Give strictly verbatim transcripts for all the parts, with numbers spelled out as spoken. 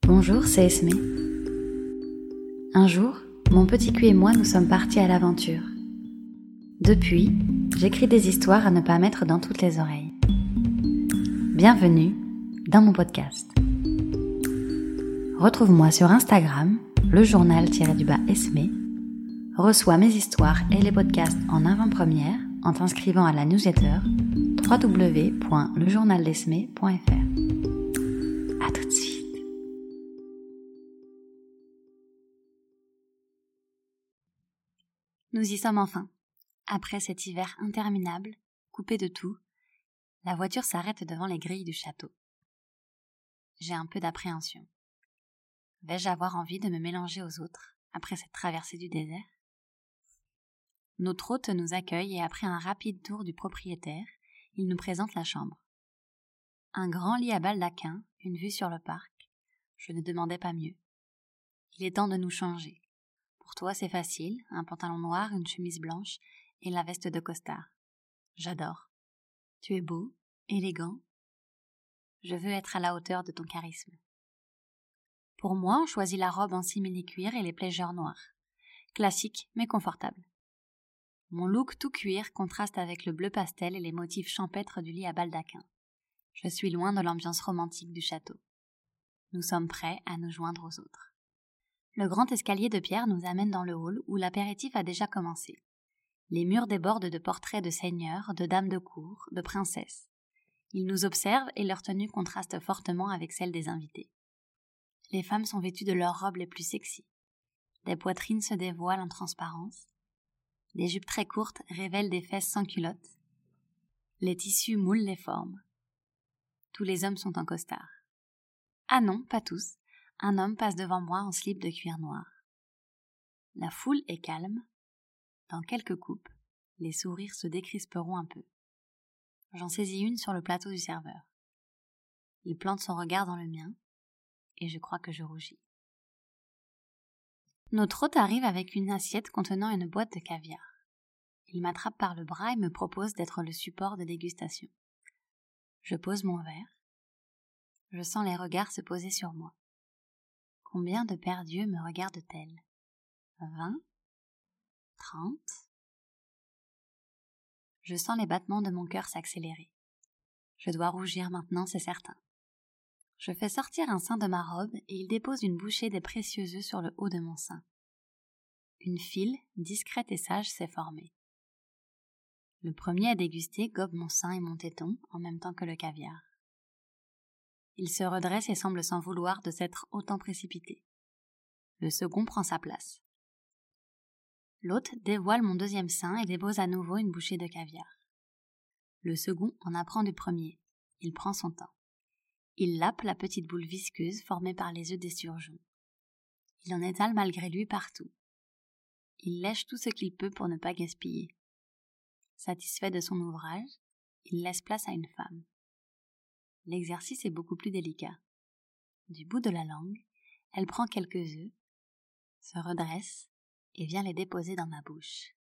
Bonjour, c'est Esmé. Un jour, mon petit cul et moi nous sommes partis à l'aventure. Depuis, j'écris des histoires à ne pas mettre dans toutes les oreilles. Bienvenue dans mon podcast. Retrouve-moi sur Instagram, le journal-du-bas Esmé. Reçois mes histoires et les podcasts en avant-première en t'inscrivant à la newsletter w w w point le journal d'esmé point f r. À tout de suite. Nous y sommes enfin. Après cet hiver interminable, coupé de tout, la voiture s'arrête devant les grilles du château. J'ai un peu d'appréhension. Vais-je avoir envie de me mélanger aux autres après cette traversée du désert ? Notre hôte nous accueille et après un rapide tour du propriétaire, il nous présente la chambre. Un grand lit à baldaquin, une vue sur le parc. Je ne demandais pas mieux. Il est temps de nous changer. Pour toi, c'est facile, un pantalon noir, une chemise blanche et la veste de costard. J'adore. Tu es beau, élégant. Je veux être à la hauteur de ton charisme. Pour moi, on choisit la robe en simili-cuir et les plégeurs noirs. Classique, mais confortable. Mon look tout cuir contraste avec le bleu pastel et les motifs champêtres du lit à baldaquin. Je suis loin de l'ambiance romantique du château. Nous sommes prêts à nous joindre aux autres. Le grand escalier de pierre nous amène dans le hall où l'apéritif a déjà commencé. Les murs débordent de portraits de seigneurs, de dames de cour, de princesses. Ils nous observent et leur tenue contraste fortement avec celle des invités. Les femmes sont vêtues de leurs robes les plus sexy. Des poitrines se dévoilent en transparence. Des jupes très courtes révèlent des fesses sans culotte. Les tissus moulent les formes. Tous les hommes sont en costard. Ah non, pas tous. Un homme passe devant moi en slip de cuir noir. La foule est calme. Dans quelques coupes, les sourires se décrisperont un peu. J'en saisis une sur le plateau du serveur. Il plante son regard dans le mien, et je crois que je rougis. Notre hôte arrive avec une assiette contenant une boîte de caviar. Il m'attrape par le bras et me propose d'être le support de dégustation. Je pose mon verre. Je sens les regards se poser sur moi. Combien de paires d'yeux me regardent-elles ? Vingt ? Trente ? Je sens les battements de mon cœur s'accélérer. Je dois rougir maintenant, c'est certain. Je fais sortir un sein de ma robe et il dépose une bouchée des précieux œufs sur le haut de mon sein. Une file, discrète et sage, s'est formée. Le premier à déguster gobe mon sein et mon téton en même temps que le caviar. Il se redresse et semble s'en vouloir de s'être autant précipité. Le second prend sa place. L'hôte dévoile mon deuxième sein et dépose à nouveau une bouchée de caviar. Le second en apprend du premier. Il prend son temps. Il lappe la petite boule visqueuse formée par les œufs d'esturgeon. Il en étale malgré lui partout. Il lèche tout ce qu'il peut pour ne pas gaspiller. Satisfait de son ouvrage, il laisse place à une femme. L'exercice est beaucoup plus délicat. Du bout de la langue, elle prend quelques œufs, se redresse et vient les déposer dans ma bouche.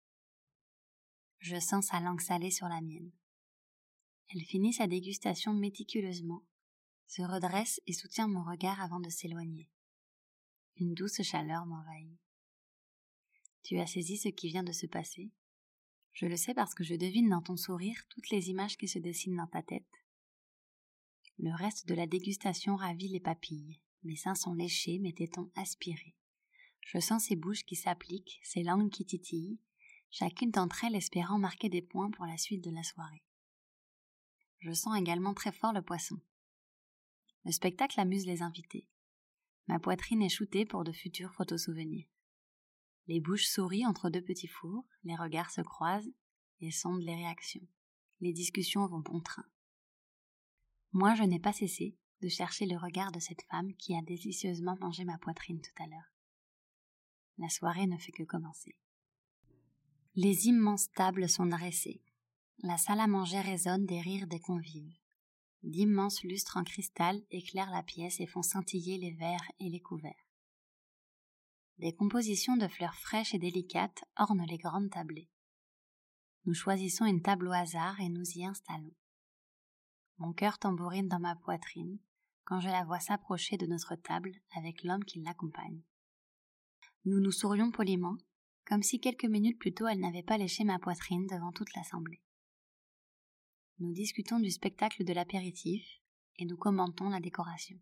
Je sens sa langue salée sur la mienne. Elle finit sa dégustation méticuleusement, se redresse et soutient mon regard avant de s'éloigner. Une douce chaleur m'envahit. Tu as saisi ce qui vient de se passer ? Je le sais parce que je devine dans ton sourire toutes les images qui se dessinent dans ta tête. Le reste de la dégustation ravit les papilles. Mes seins sont léchés, mes tétons aspirés. Je sens ces bouches qui s'appliquent, ces langues qui titillent, chacune d'entre elles espérant marquer des points pour la suite de la soirée. Je sens également très fort le poisson. Le spectacle amuse les invités. Ma poitrine est shootée pour de futurs photosouvenirs. Les bouches sourient entre deux petits fours, les regards se croisent et sondent les réactions. Les discussions vont bon train. Moi, je n'ai pas cessé de chercher le regard de cette femme qui a délicieusement mangé ma poitrine tout à l'heure. La soirée ne fait que commencer. Les immenses tables sont dressées. La salle à manger résonne des rires des convives. D'immenses lustres en cristal éclairent la pièce et font scintiller les verres et les couverts. Des compositions de fleurs fraîches et délicates ornent les grandes tablées. Nous choisissons une table au hasard et nous y installons. Mon cœur tambourine dans ma poitrine, quand je la vois s'approcher de notre table avec l'homme qui l'accompagne. Nous nous sourions poliment, comme si quelques minutes plus tôt elle n'avait pas léché ma poitrine devant toute l'assemblée. Nous discutons du spectacle de l'apéritif et nous commentons la décoration.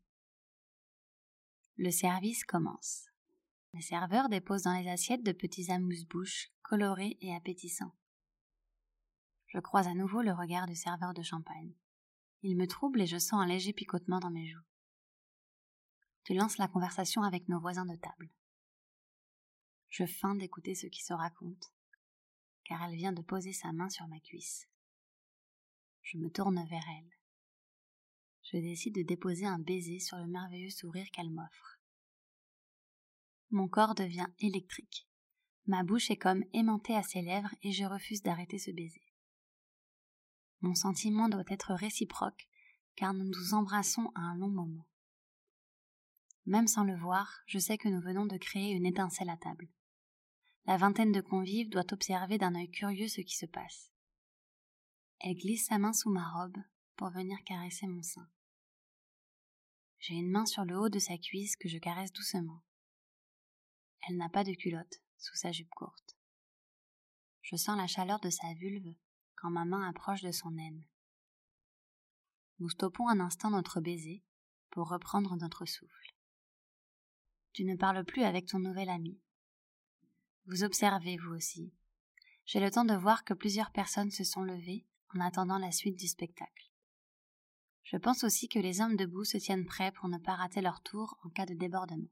Le service commence. Les serveurs déposent dans les assiettes de petits amuse-bouches colorés et appétissants. Je croise à nouveau le regard du serveur de champagne. Il me trouble et je sens un léger picotement dans mes joues. Tu lances la conversation avec nos voisins de table. Je feins d'écouter ce qui se raconte, car elle vient de poser sa main sur ma cuisse. Je me tourne vers elle. Je décide de déposer un baiser sur le merveilleux sourire qu'elle m'offre. Mon corps devient électrique. Ma bouche est comme aimantée à ses lèvres et je refuse d'arrêter ce baiser. Mon sentiment doit être réciproque, car nous nous embrassons à un long moment. Même sans le voir, je sais que nous venons de créer une étincelle à table. La vingtaine de convives doit observer d'un œil curieux ce qui se passe. Elle glisse sa main sous ma robe pour venir caresser mon sein. J'ai une main sur le haut de sa cuisse que je caresse doucement. Elle n'a pas de culotte sous sa jupe courte. Je sens la chaleur de sa vulve quand ma main approche de son aine. Nous stoppons un instant notre baiser pour reprendre notre souffle. Tu ne parles plus avec ton nouvel ami. Vous observez, vous aussi. J'ai le temps de voir que plusieurs personnes se sont levées en attendant la suite du spectacle. Je pense aussi que les hommes debout se tiennent prêts pour ne pas rater leur tour en cas de débordement.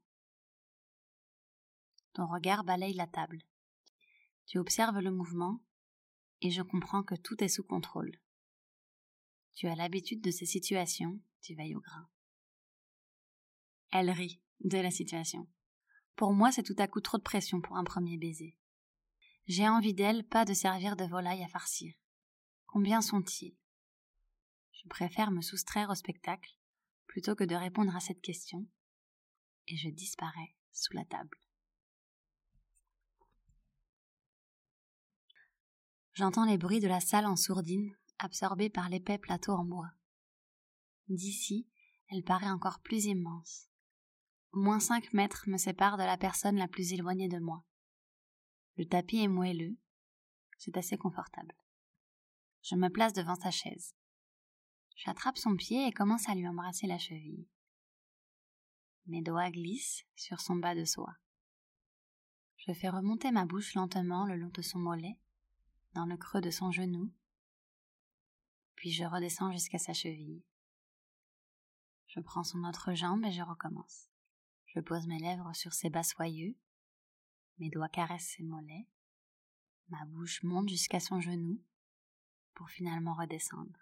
Ton regard balaye la table. Tu observes le mouvement et je comprends que tout est sous contrôle. Tu as l'habitude de ces situations, tu veilles au grain. Elle rit de la situation. Pour moi, c'est tout à coup trop de pression pour un premier baiser. J'ai envie d'elle, pas de servir de volaille à farcir. Combien sont-ils ? Je préfère me soustraire au spectacle plutôt que de répondre à cette question et je disparais sous la table. J'entends les bruits de la salle en sourdine, absorbés par l'épais plateau en bois. D'ici, elle paraît encore plus immense. Au moins cinq mètres me séparent de la personne la plus éloignée de moi. Le tapis est moelleux, c'est assez confortable. Je me place devant sa chaise. J'attrape son pied et commence à lui embrasser la cheville. Mes doigts glissent sur son bas de soie. Je fais remonter ma bouche lentement le long de son mollet, dans le creux de son genou, puis je redescends jusqu'à sa cheville. Je prends son autre jambe et je recommence. Je pose mes lèvres sur ses bas soyeux, mes doigts caressent ses mollets, ma bouche monte jusqu'à son genou, pour finalement redescendre.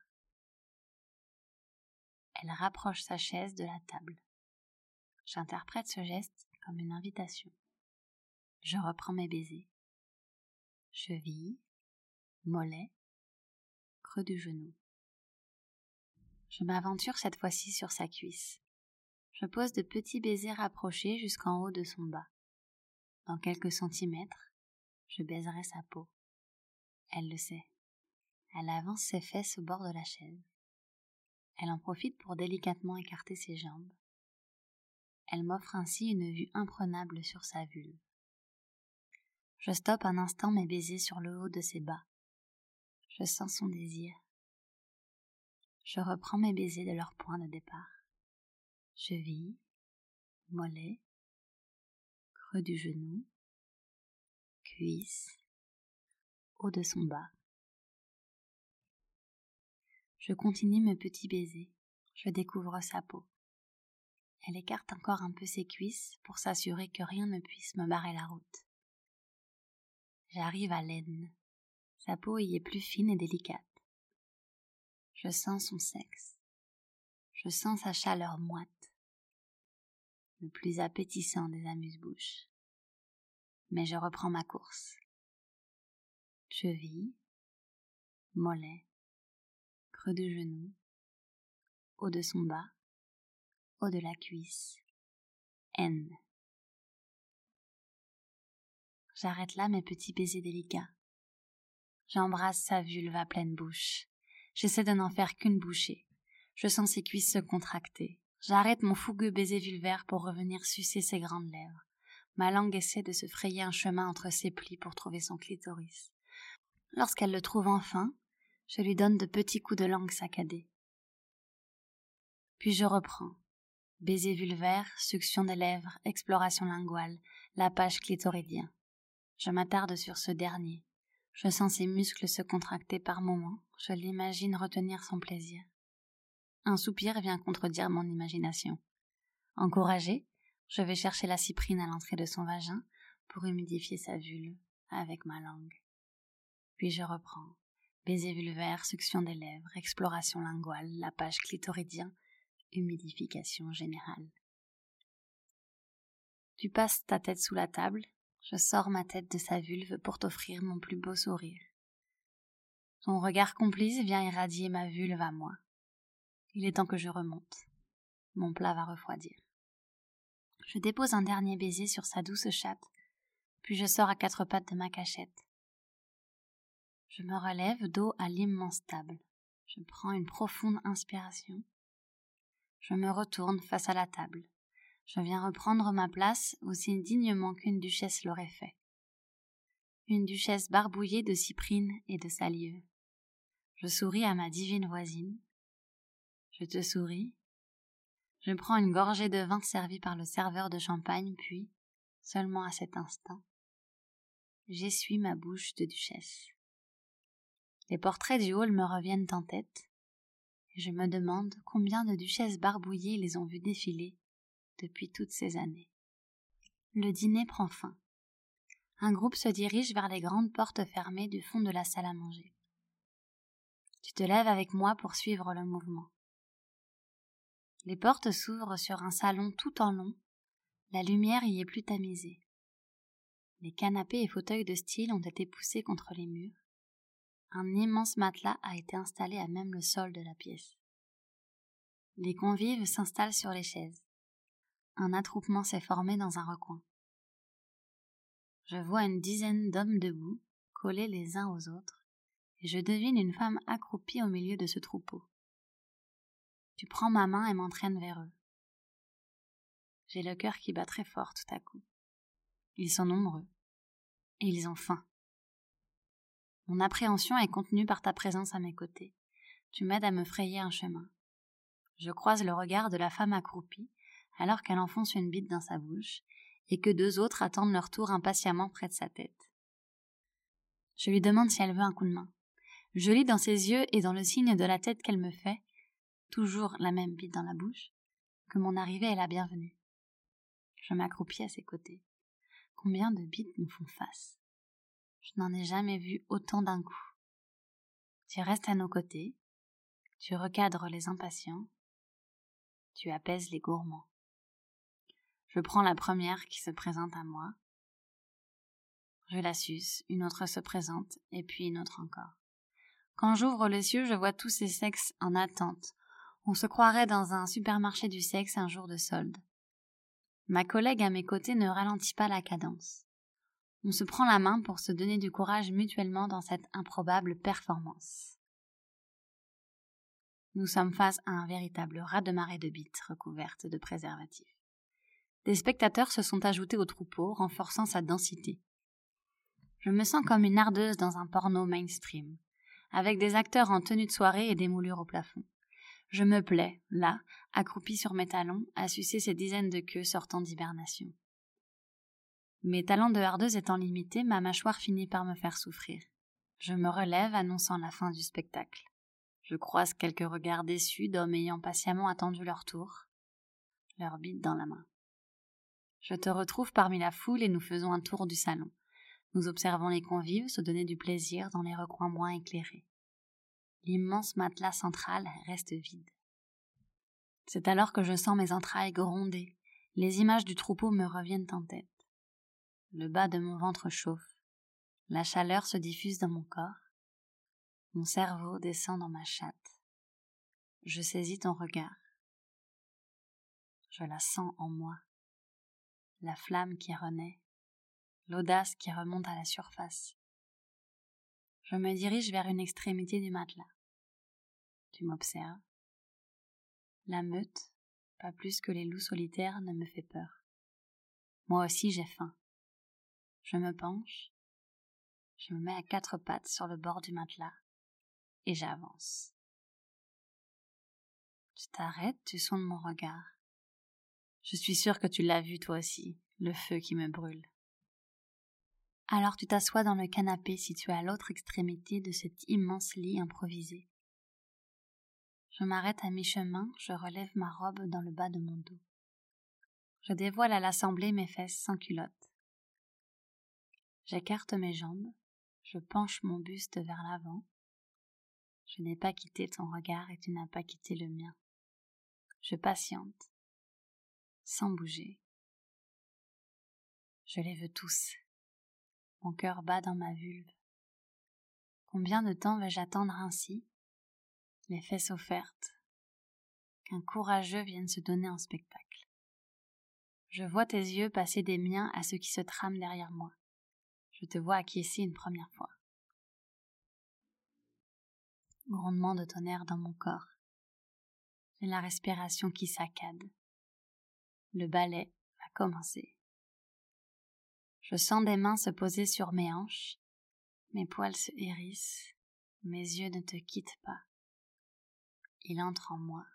Elle rapproche sa chaise de la table. J'interprète ce geste comme une invitation. Je reprends mes baisers. Cheville, mollet, creux du genou. Je m'aventure cette fois-ci sur sa cuisse. Je pose de petits baisers rapprochés jusqu'en haut de son bas. Dans quelques centimètres, je baiserai sa peau. Elle le sait. Elle avance ses fesses au bord de la chaise. Elle en profite pour délicatement écarter ses jambes. Elle m'offre ainsi une vue imprenable sur sa vulve. Je stoppe un instant mes baisers sur le haut de ses bas. Je sens son désir. Je reprends mes baisers de leur point de départ. Cheville, mollet, creux du genou, cuisse, haut de son bas. Je continue mes petits baisers. Je découvre sa peau. Elle écarte encore un peu ses cuisses pour s'assurer que rien ne puisse me barrer la route. J'arrive à l'aine. Sa peau y est plus fine et délicate. Je sens son sexe. Je sens sa chaleur moite. Le plus appétissant des amuse-bouches. Mais je reprends ma course. Cheville, mollet, creux de genou, haut de son bas, haut de la cuisse, N. J'arrête là mes petits baisers délicats. J'embrasse sa vulve à pleine bouche. J'essaie de n'en faire qu'une bouchée. Je sens ses cuisses se contracter. J'arrête mon fougueux baiser vulvaire pour revenir sucer ses grandes lèvres. Ma langue essaie de se frayer un chemin entre ses plis pour trouver son clitoris. Lorsqu'elle le trouve enfin, je lui donne de petits coups de langue saccadés. Puis je reprends. Baiser vulvaire, succion des lèvres, exploration linguale, lapage clitoridien. Je m'attarde sur ce dernier. Je sens ses muscles se contracter par moments. Je l'imagine retenir son plaisir. Un soupir vient contredire mon imagination. Encouragée, je vais chercher la cyprine à l'entrée de son vagin pour humidifier sa vulve avec ma langue. Puis je reprends. Baiser vulvaire, succion des lèvres, exploration linguale, lapage clitoridien, humidification générale. Tu passes ta tête sous la table, je sors ma tête de sa vulve pour t'offrir mon plus beau sourire. Ton regard complice vient irradier ma vulve à moi. Il est temps que je remonte. Mon plat va refroidir. Je dépose un dernier baiser sur sa douce chatte, puis je sors à quatre pattes de ma cachette. Je me relève dos à l'immense table. Je prends une profonde inspiration. Je me retourne face à la table. Je viens reprendre ma place aussi dignement qu'une duchesse l'aurait fait. Une duchesse barbouillée de cyprine et de salive. Je souris à ma divine voisine. Je te souris. Je prends une gorgée de vin servi par le serveur de champagne, puis, seulement à cet instant, j'essuie ma bouche de duchesse. Les portraits du hall me reviennent en tête, et je me demande combien de duchesses barbouillées les ont vues défiler depuis toutes ces années. Le dîner prend fin. Un groupe se dirige vers les grandes portes fermées du fond de la salle à manger. Tu te lèves avec moi pour suivre le mouvement. Les portes s'ouvrent sur un salon tout en long. La lumière y est plus tamisée. Les canapés et fauteuils de style ont été poussés contre les murs. Un immense matelas a été installé à même le sol de la pièce. Les convives s'installent sur les chaises. Un attroupement s'est formé dans un recoin. Je vois une dizaine d'hommes debout, collés les uns aux autres, et je devine une femme accroupie au milieu de ce troupeau. Tu prends ma main et m'entraînes vers eux. J'ai le cœur qui bat très fort tout à coup. Ils sont nombreux, et ils ont faim. Mon appréhension est contenue par ta présence à mes côtés. Tu m'aides à me frayer un chemin. Je croise le regard de la femme accroupie, alors qu'elle enfonce une bite dans sa bouche, et que deux autres attendent leur tour impatiemment près de sa tête. Je lui demande si elle veut un coup de main. Je lis dans ses yeux et dans le signe de la tête qu'elle me fait, toujours la même bite dans la bouche, que mon arrivée est la bienvenue. Je m'accroupis à ses côtés. Combien de bites nous font face? Je n'en ai jamais vu autant d'un coup. Tu restes à nos côtés, tu recadres les impatients, tu apaises les gourmands. Je prends la première qui se présente à moi. Je la suce, une autre se présente, et puis une autre encore. Quand j'ouvre les yeux, je vois tous ces sexes en attente. On se croirait dans un supermarché du sexe un jour de solde. Ma collègue à mes côtés ne ralentit pas la cadence. On se prend la main pour se donner du courage mutuellement dans cette improbable performance. Nous sommes face à un véritable raz-de-marée de bites recouvertes de préservatifs. Des spectateurs se sont ajoutés au troupeau, renforçant sa densité. Je me sens comme une ardeuse dans un porno mainstream, avec des acteurs en tenue de soirée et des moulures au plafond. Je me plais, là, accroupie sur mes talons, à sucer ces dizaines de queues sortant d'hibernation. Mes talents de hardeuse étant limités, ma mâchoire finit par me faire souffrir. Je me relève, annonçant la fin du spectacle. Je croise quelques regards déçus d'hommes ayant patiemment attendu leur tour, leur bite dans la main. Je te retrouve parmi la foule et nous faisons un tour du salon. Nous observons les convives se donner du plaisir dans les recoins moins éclairés. L'immense matelas central reste vide. C'est alors que je sens mes entrailles gronder. Les images du troupeau me reviennent en tête. Le bas de mon ventre chauffe. La chaleur se diffuse dans mon corps. Mon cerveau descend dans ma chatte. Je saisis ton regard. Je la sens en moi. La flamme qui renaît. L'audace qui remonte à la surface. Je me dirige vers une extrémité du matelas. Tu m'observes. La meute, Pas plus que les loups solitaires ne me fait peur. Moi aussi j'ai faim. Je me penche, je me mets à quatre pattes sur le bord du matelas et j'avance. Tu t'arrêtes, tu sondes mon regard. Je suis sûre que tu l'as vu toi aussi, le feu qui me brûle. Alors tu t'assois dans le canapé situé à l'autre extrémité de cet immense lit improvisé. Je m'arrête à mi-chemin, je relève ma robe dans le bas de mon dos. Je dévoile à l'assemblée mes fesses sans culotte. J'écarte mes jambes, je penche mon buste vers l'avant. Je n'ai pas quitté ton regard et tu n'as pas quitté le mien. Je patiente, sans bouger. Je les veux tous. Mon cœur bat dans ma vulve. Combien de temps vais-je attendre ainsi, les fesses offertes, qu'un courageux vienne se donner en spectacle? Je vois tes yeux passer des miens à ceux qui se trament derrière moi. Je te vois acquiescer une première fois. Grondement de tonnerre dans mon corps. J'ai la respiration qui saccade. Le ballet va commencer. Je sens des mains se poser sur mes hanches. Mes poils se hérissent. Mes yeux ne te quittent pas. Il entre en moi.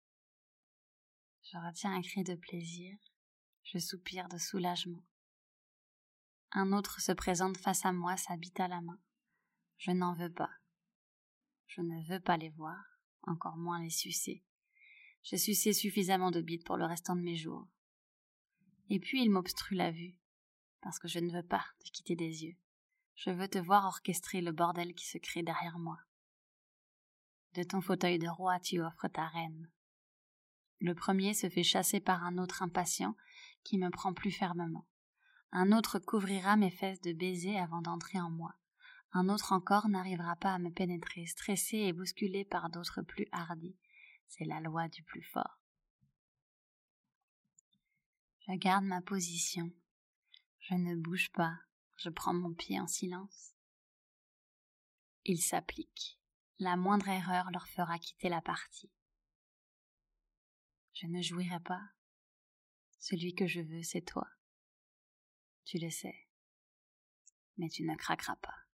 Je retiens un cri de plaisir. Je soupire de soulagement. Un autre se présente face à moi, sa bite à la main. Je n'en veux pas. Je ne veux pas les voir, encore moins les sucer. J'ai sucé suffisamment de bites pour le restant de mes jours. Et puis il m'obstrue la vue, parce que je ne veux pas te quitter des yeux. Je veux te voir orchestrer le bordel qui se crée derrière moi. De ton fauteuil de roi, tu offres ta reine. Le premier se fait chasser par un autre impatient qui me prend plus fermement. Un autre couvrira mes fesses de baisers avant d'entrer en moi. Un autre encore n'arrivera pas à me pénétrer, stressé et bousculé par d'autres plus hardis. C'est la loi du plus fort. Je garde ma position. Je ne bouge pas. Je prends mon pied en silence. Ils s'appliquent. La moindre erreur leur fera quitter la partie. Je ne jouirai pas. Celui que je veux, c'est toi. Tu le sais. Mais tu ne craqueras pas.